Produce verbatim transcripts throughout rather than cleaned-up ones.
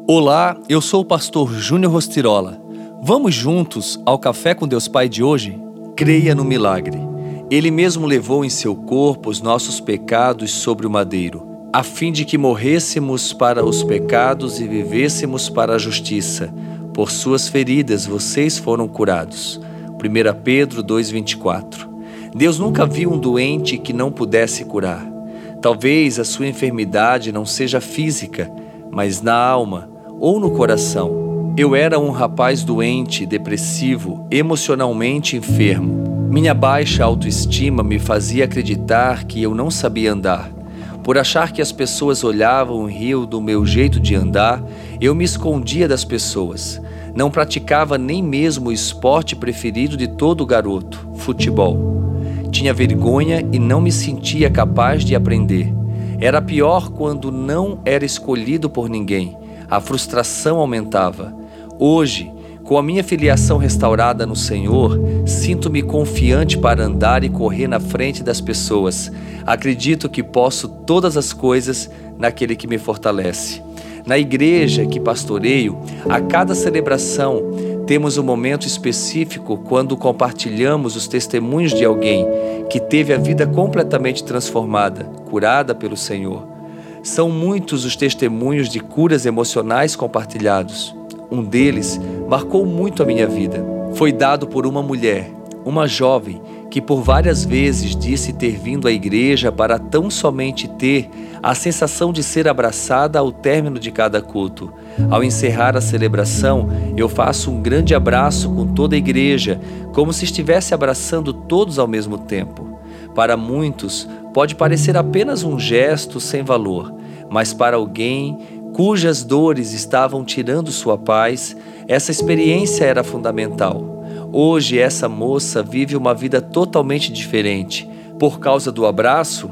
Olá, eu sou o pastor Júnior Rostirola. Vamos juntos ao Café com Deus Pai de hoje? Creia no milagre. Ele mesmo levou em seu corpo os nossos pecados sobre o madeiro, a fim de que morrêssemos para os pecados e vivêssemos para a justiça. Por suas feridas vocês foram curados. primeira Pedro dois, vinte e quatro. Deus nunca viu um doente que não pudesse curar. Talvez a sua enfermidade não seja física, mas na alma ou no coração. Eu era um rapaz doente, depressivo, emocionalmente enfermo. Minha baixa autoestima me fazia acreditar que eu não sabia andar. Por achar que as pessoas olhavam e riam do meu jeito de andar, eu me escondia das pessoas. Não praticava nem mesmo o esporte preferido de todo garoto, futebol. Tinha vergonha e não me sentia capaz de aprender. Era pior quando não era escolhido por ninguém. A frustração aumentava. Hoje, com a minha filiação restaurada no Senhor, sinto-me confiante para andar e correr na frente das pessoas. Acredito que posso todas as coisas naquele que me fortalece. Na igreja que pastoreio, a cada celebração, temos um momento específico quando compartilhamos os testemunhos de alguém que teve a vida completamente transformada, curada pelo Senhor. São muitos os testemunhos de curas emocionais compartilhados. Um deles marcou muito a minha vida. Foi dado por uma mulher, uma jovem, que por várias vezes disse ter vindo à igreja para tão somente ter a sensação de ser abraçada ao término de cada culto. Ao encerrar a celebração, eu faço um grande abraço com toda a igreja, como se estivesse abraçando todos ao mesmo tempo. Para muitos, pode parecer apenas um gesto sem valor, mas para alguém cujas dores estavam tirando sua paz, essa experiência era fundamental. Hoje essa moça vive uma vida totalmente diferente. Por causa do abraço?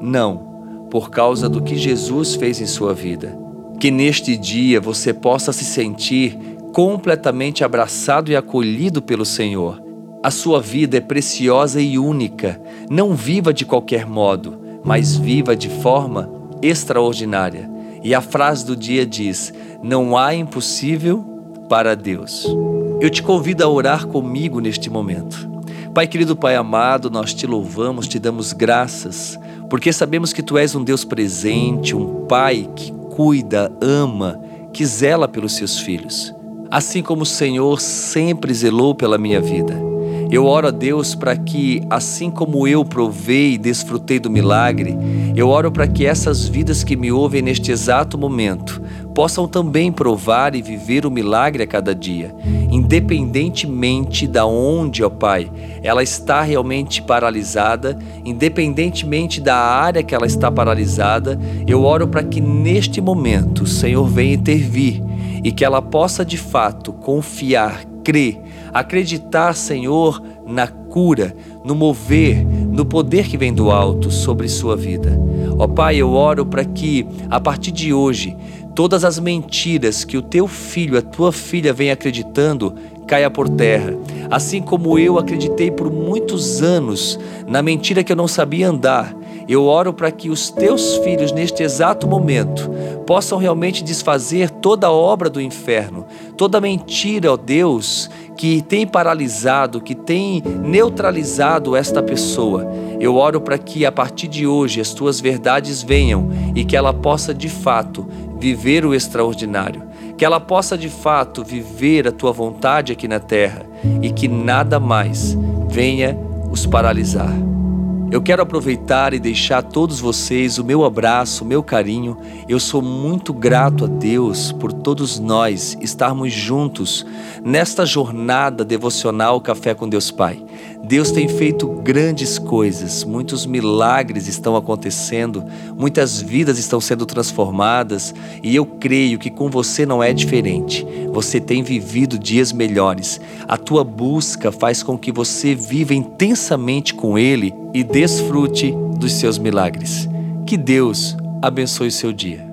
Não, por causa do que Jesus fez em sua vida. Que neste dia você possa se sentir completamente abraçado e acolhido pelo Senhor. A sua vida é preciosa e única. Não viva de qualquer modo, mas viva de forma extraordinária. E a frase do dia diz: não há impossível para Deus. Eu te convido a orar comigo neste momento. Pai querido, Pai amado, nós te louvamos, te damos graças, porque sabemos que Tu és um Deus presente, um Pai que cuida, ama, que zela pelos seus filhos. Assim como o Senhor sempre zelou pela minha vida. Eu oro a Deus para que, assim como eu provei e desfrutei do milagre, eu oro para que essas vidas que me ouvem neste exato momento possam também provar e viver o milagre a cada dia, independentemente da onde, ó Pai, ela está realmente paralisada, independentemente da área que ela está paralisada, eu oro para que neste momento o Senhor venha intervir e que ela possa de fato confiar, crer, acreditar, Senhor, na cura, no mover, no poder que vem do alto sobre sua vida. Ó Pai, eu oro para que, a partir de hoje, todas as mentiras que o Teu filho, a Tua filha vem acreditando, caia por terra. Assim como eu acreditei por muitos anos na mentira que eu não sabia andar, eu oro para que os Teus filhos, neste exato momento, possam realmente desfazer toda a obra do inferno, toda mentira, ó Deus, que tem paralisado, que tem neutralizado esta pessoa. Eu oro para que a partir de hoje as Tuas verdades venham e que ela possa de fato viver o extraordinário, que ela possa de fato viver a Tua vontade aqui na terra e que nada mais venha os paralisar. Eu quero aproveitar e deixar a todos vocês o meu abraço, o meu carinho. Eu sou muito grato a Deus por todos nós estarmos juntos nesta jornada devocional Café com Deus Pai. Deus tem feito grandes coisas, muitos milagres estão acontecendo, muitas vidas estão sendo transformadas e eu creio que com você não é diferente. Você tem vivido dias melhores. A tua busca faz com que você viva intensamente com Ele e desfrute dos seus milagres. Que Deus abençoe o seu dia.